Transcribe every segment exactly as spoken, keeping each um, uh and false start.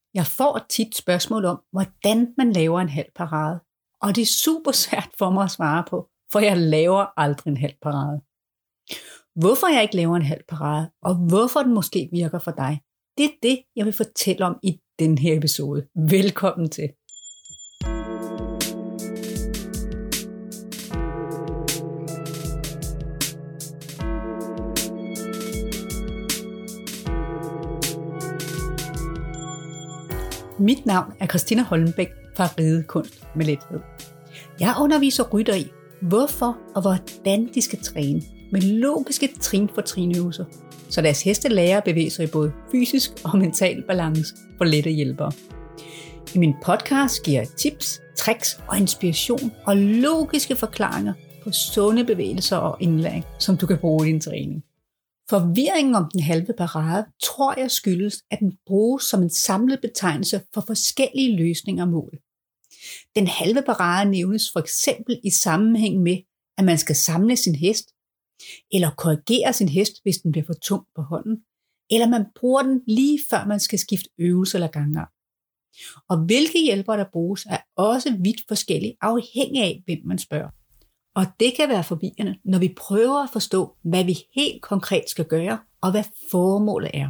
Jeg får tit spørgsmål om, hvordan man laver en halv parade. Og det er super svært for mig at svare på, for jeg laver aldrig en halv parade. Hvorfor jeg ikke laver en halv parade, og hvorfor den måske virker for dig, det er det, jeg vil fortælle om i den her episode. Velkommen til. Mit navn er Christina Holmbæk fra Ridekunst med Lethed. Jeg underviser rytter i, hvorfor og hvordan de skal træne med logiske trin for trinøvelser, så deres heste lærer at bevæge sig i både fysisk og mental balance for lette hjælpere. I min podcast giver jeg tips, tricks og inspiration og logiske forklaringer på sunde bevægelser og indlæring, som du kan bruge i din træning. Forvirringen om den halve parade tror jeg skyldes, at den bruges som en samlet betegnelse for forskellige løsninger og mål. Den halve parade nævnes for eksempel i sammenhæng med, at man skal samle sin hest, eller korrigere sin hest, hvis den bliver for tung på hånden, eller man bruger den lige før man skal skifte øvelse eller gangart. Og hvilke hjælpere der bruges er også vidt forskellige, afhængig af hvem man spørger. Og det kan være forvirrende, når vi prøver at forstå, hvad vi helt konkret skal gøre, og hvad formålet er.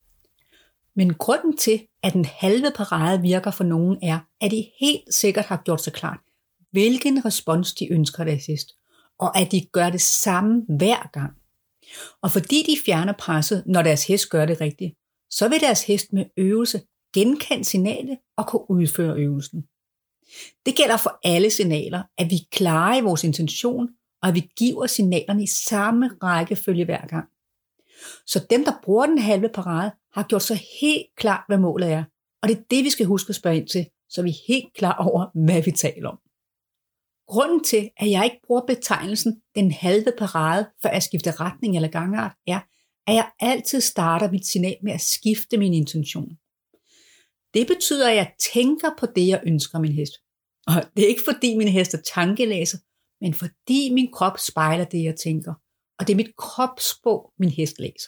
Men grunden til, at den halve parade virker for nogen, er, at de helt sikkert har gjort sig klart, hvilken respons de ønsker deres hest, og at de gør det samme hver gang. Og fordi de fjerner presset, når deres hest gør det rigtigt, så vil deres hest med øvelse genkende signalet og kunne udføre øvelsen. Det gælder for alle signaler, at vi klarer i vores intention, og at vi giver signalerne i samme rækkefølge hver gang. Så dem, der bruger den halve parade, har gjort sig helt klart, hvad målet er. Og det er det, vi skal huske at spørge ind til, så vi er helt klar over, hvad vi taler om. Grunden til, at jeg ikke bruger betegnelsen den halve parade, før jeg skifter retning eller gangart, er, at jeg altid starter mit signal med at skifte min intention. Det betyder, at jeg tænker på det, jeg ønsker min hest. Og det er ikke fordi min hest er tankelæser, men fordi min krop spejler det, jeg tænker. Og det er mit kropssprog, min hest læser.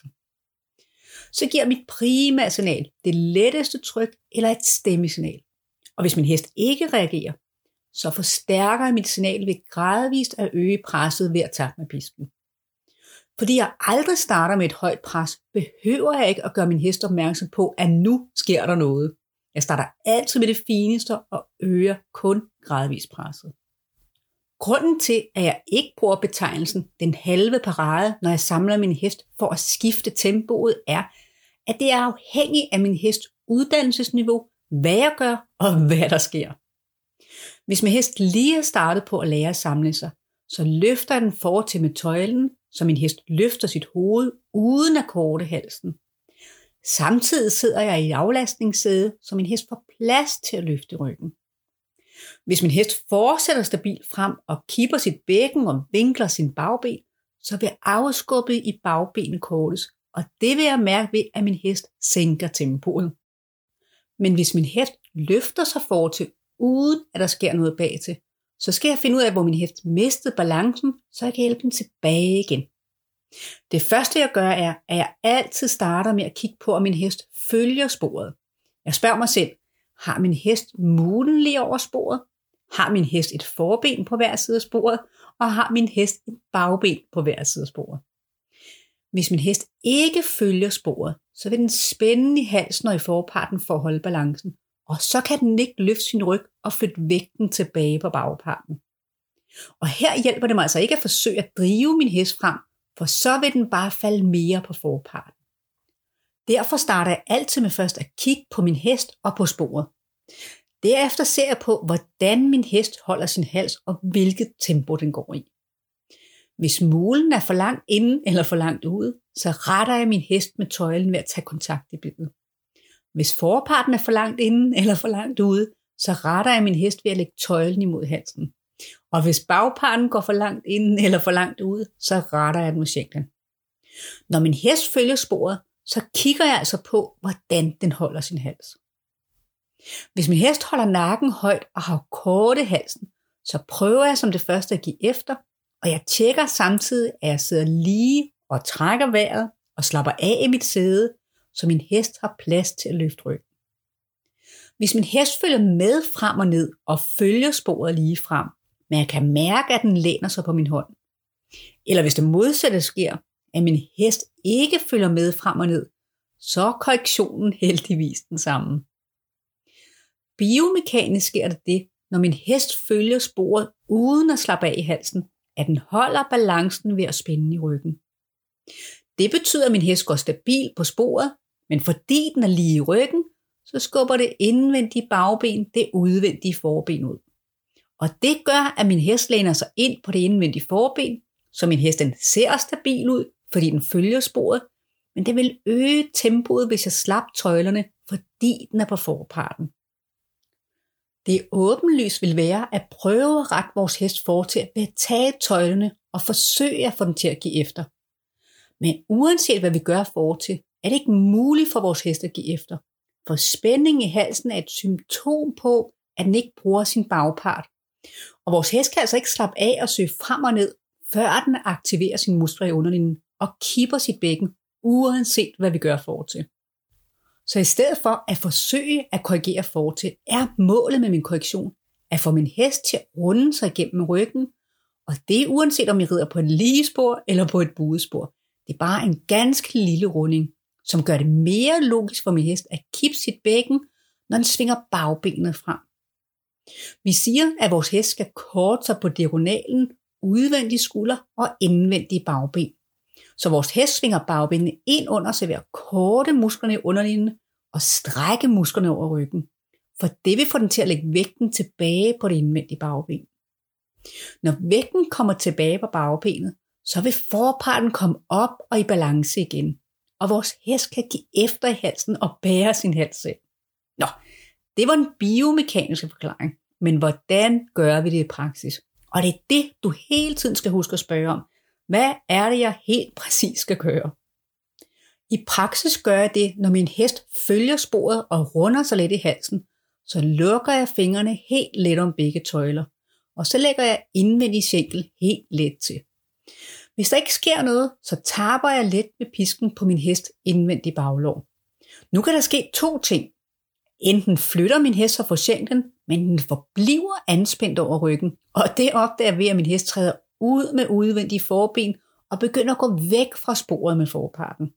Så giver mit primære signal det letteste tryk eller et stemmesignal. Og hvis min hest ikke reagerer, så forstærker jeg mit signal ved gradvist at øge presset ved at tappe med pisken. Fordi jeg aldrig starter med et højt pres, behøver jeg ikke at gøre min hest opmærksom på, at nu sker der noget. Jeg starter altid med det fineste og øger kun gradvist presset. Grunden til, at jeg ikke bruger betegnelsen den halve parade, når jeg samler min hest for at skifte tempoet, er, at det er afhængigt af min hests uddannelsesniveau, hvad jeg gør og hvad der sker. Hvis min hest lige er startet på at lære at samle sig, så løfter den for til med tøjlen, så min hest løfter sit hoved uden at korte halsen. Samtidig sidder jeg i aflastningssæde, så min hest får plads til at løfte ryggen. Hvis min hest fortsætter stabilt frem og kipper sit bækken og vinkler sin bagben, så vil afskubbet i bagbenet kortes, og det vil jeg mærke ved, at min hest sænker tempoet. Men hvis min hest løfter sig fortil, uden at der sker noget bagtil, så skal jeg finde ud af, hvor min hest mistede balancen, så jeg kan hjælpe den tilbage igen. Det første jeg gør er, at jeg altid starter med at kigge på, om min hest følger sporet. Jeg spørger mig selv, har min hest mulen lige over sporet? Har min hest et forben på hver side af sporet? Og har min hest et bagben på hver side af sporet? Hvis min hest ikke følger sporet, så vil den spænde i halsen og i forparten for at holde balancen. Og så kan den ikke løfte sin ryg og flytte vægten tilbage på bagparten. Og her hjælper det mig altså ikke at forsøge at drive min hest frem, for så vil den bare falde mere på forparten. Derfor starter jeg altid med først at kigge på min hest og på sporet. Derefter ser jeg på, hvordan min hest holder sin hals og hvilket tempo den går i. Hvis mulen er for langt inde eller for langt ude, så retter jeg min hest med tøjlen ved at tage kontakt i bidet. Hvis forparten er for langt inde eller for langt ude, så retter jeg min hest ved at lægge tøjlen imod halsen. Og hvis bagparten går for langt inde eller for langt ude, så retter jeg den med skænken. Når min hest følger sporet, så kigger jeg altså på, hvordan den holder sin hals. Hvis min hest holder nakken højt og har korte halsen, så prøver jeg som det første at give efter, og jeg tjekker samtidig, at jeg sidder lige og trækker vejret og slapper af i mit sæde, så min hest har plads til at løfte ryggen. Hvis min hest følger med frem og ned og følger sporet lige frem, men jeg kan mærke, at den læner sig på min hånd. Eller hvis det modsatte sker, at min hest ikke følger med frem og ned, så er korrektionen heldigvis den samme. Biomekanisk sker der det, når min hest følger sporet uden at slappe af i halsen, at den holder balancen ved at spænde i ryggen. Det betyder, at min hest går stabil på sporet, men fordi den er lige i ryggen, så skubber det indvendige bagben det udvendige forben ud. Og det gør, at min hest læner sig ind på det indvendige forben, så min hest den ser stabil ud, fordi den følger sporet, men det vil øge tempoet, hvis jeg slap tøjlerne, fordi den er på forparten. Det åbenlyst vil være at prøve at rette vores hest fortil ved at tage tøjlerne og forsøge at få den til at give efter. Men uanset hvad vi gør fortil, er det ikke muligt for vores hest at give efter. For spænding i halsen er et symptom på, at den ikke bruger sin bagpart. Og vores hest kan altså ikke slappe af og søge frem og ned, før den aktiverer sine muskler i underlinjen og kipper sit bækken, uanset hvad vi gør fortil. Så i stedet for at forsøge at korrigere fortil, er målet med min korrektion at få min hest til at runde sig igennem ryggen, og det er uanset om jeg rider på et ligespor eller på et buespor. Det er bare en ganske lille runding, som gør det mere logisk for min hest at kippe sit bækken, når den svinger bagbenet frem. Vi siger, at vores hest skal korte sig på diagonalen, udvendige skulder og indvendige bagben. Så vores hest svinger bagbenene ind under sig ved at korte musklerne i underlinjen og strække musklerne over ryggen. For det vil få den til at lægge vægten tilbage på det indvendige bagben. Når vægten kommer tilbage på bagbenet, så vil forparten komme op og i balance igen. Og vores hest kan give efter i halsen og bære sin hals selv. Nå, det var en biomekanisk forklaring. Men hvordan gør vi det i praksis? Og det er det, du hele tiden skal huske at spørge om. Hvad er det, jeg helt præcis skal gøre? I praksis gør jeg det, når min hest følger sporet og runder sig lidt i halsen, så lukker jeg fingrene helt let om begge tøjler, og så lægger jeg indvendig skænkel helt let til. Hvis der ikke sker noget, så tapper jeg let med pisken på min hest indvendig baglår. Nu kan der ske to ting. Enten flytter min hest sig fra skænklen, men den forbliver anspændt over ryggen, og det opdager jeg ved, at min hest træder ud med udvendige forben og begynder at gå væk fra sporet med forparten.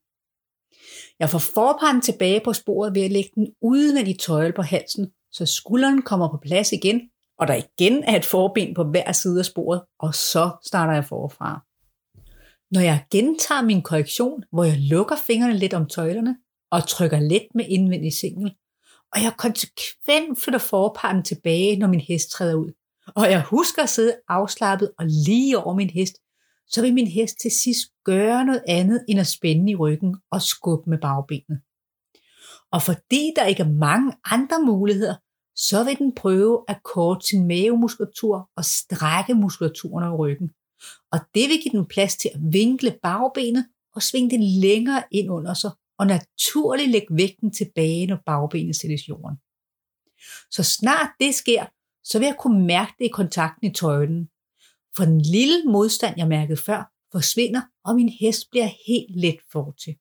Jeg får forparten tilbage på sporet ved at lægge den udvendige tøjle på halsen, så skulderen kommer på plads igen, og der igen er et forben på hver side af sporet, og så starter jeg forfra. Når jeg gentager min korrektion, hvor jeg lukker fingrene lidt om tøjlerne og trykker let med indvendig skænkel, og jeg konsekvent flytter forparten tilbage, når min hest træder ud, og jeg husker at sidde afslappet og lige over min hest, så vil min hest til sidst gøre noget andet end at spænde i ryggen og skubbe med bagbenet. Og fordi der ikke er mange andre muligheder, så vil den prøve at korte sin mavemuskulatur og strække muskulaturen over ryggen. Og det vil give den plads til at vinkle bagbenet og svinge det længere ind under sig, og naturligt lægge vægten tilbage, når bagbenet sættes i jorden. Så snart det sker, så vil jeg kunne mærke det i kontakten i tøjlen. For den lille modstand, jeg mærkede før, forsvinder, og min hest bliver helt let fortil.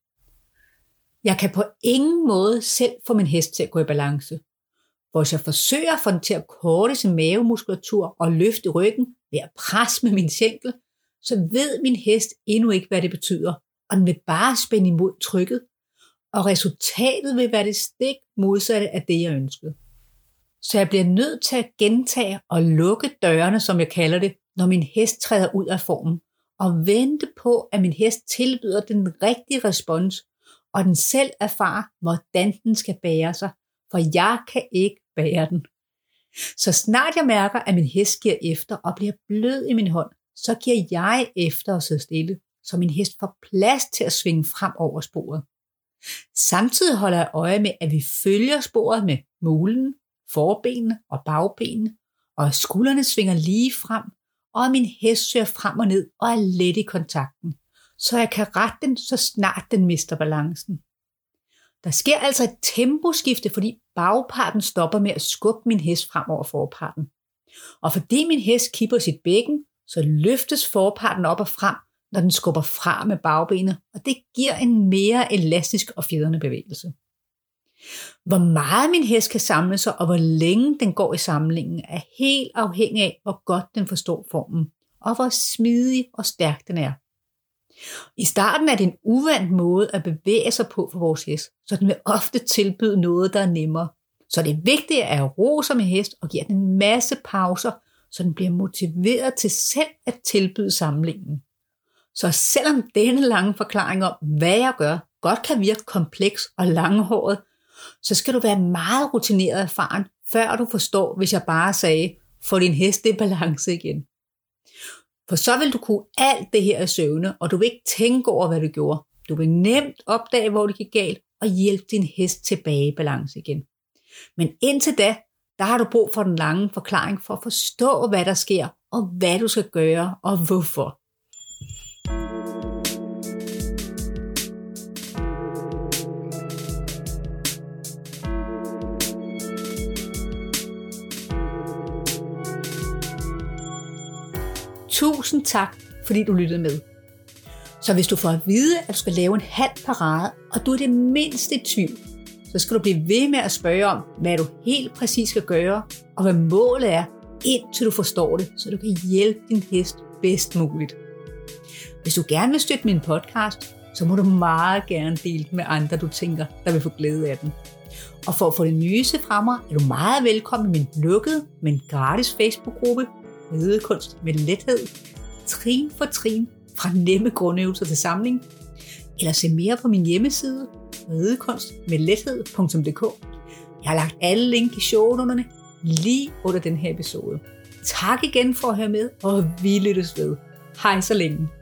Jeg kan på ingen måde selv få min hest til at gå i balance. Hvis jeg forsøger at få den til at korte sin mavemuskulatur og løfte ryggen ved at presse med min skænkel, så ved min hest endnu ikke, hvad det betyder, og den vil bare spænde imod trykket, og resultatet vil være det stik modsatte af det, jeg ønskede. Så jeg bliver nødt til at gentage og lukke dørene, som jeg kalder det, når min hest træder ud af formen, og vente på, at min hest tilbyder den rigtige respons, og den selv erfarer, hvordan den skal bære sig, for jeg kan ikke bære den. Så snart jeg mærker, at min hest giver efter og bliver blød i min hånd, så giver jeg efter og sidder stille, så min hest får plads til at svinge frem over sporet. Samtidig holder jeg øje med, at vi følger sporet med mulen, forbenene og bagbenene, og at skuldrene svinger lige frem, og at min hest søger frem og ned og er let i kontakten, så jeg kan rette den, så snart den mister balancen. Der sker altså et temposkifte, fordi bagparten stopper med at skubbe min hest frem over forparten. Og fordi min hest kipper sit bækken, så løftes forparten op og frem, når den skubber fra med bagbenet, og det giver en mere elastisk og fjedrende bevægelse. Hvor meget min hest kan samle sig, og hvor længe den går i samlingen, er helt afhængig af, hvor godt den forstår formen, og hvor smidig og stærk den er. I starten er det en uvant måde at bevæge sig på for vores hest, så den vil ofte tilbyde noget, der er nemmere. Så det er vigtigt at ro sig med hest og give den en masse pauser, så den bliver motiveret til selv at tilbyde samlingen. Så selvom denne lange forklaring om, hvad jeg gør, godt kan virke kompleks og langhåret, så skal du være meget rutineret og erfaren, før du forstår, hvis jeg bare sagde, få din hest i balance igen. For så vil du kunne alt det her i søvne, og du vil ikke tænke over, hvad du gjorde. Du vil nemt opdage, hvor det gik galt, og hjælpe din hest tilbage i balance igen. Men indtil da, der har du brug for den lange forklaring for at forstå, hvad der sker, og hvad du skal gøre, og hvorfor. Tusind tak, fordi du lyttede med. Så hvis du får at vide, at du skal lave en halv parade, og du er det mindste i tvivl, så skal du blive ved med at spørge om, hvad du helt præcis skal gøre, og hvad målet er, indtil du forstår det, så du kan hjælpe din hest bedst muligt. Hvis du gerne vil støtte min podcast, så må du meget gerne dele den med andre, du tænker, der vil få glæde af den. Og for at få det nyeste fra mig, er du meget velkommen i min lukkede, men gratis Facebook-gruppe, Ridekunst med lethed, trin for trin, fra nemme grundøvelser til samling, eller se mere på min hjemmeside, ridekunst med lethed punktum d k. Jeg har lagt alle link i shownoterne lige under den her episode. Tak igen for at høre med, og vi lyttes ved. Hej så længe.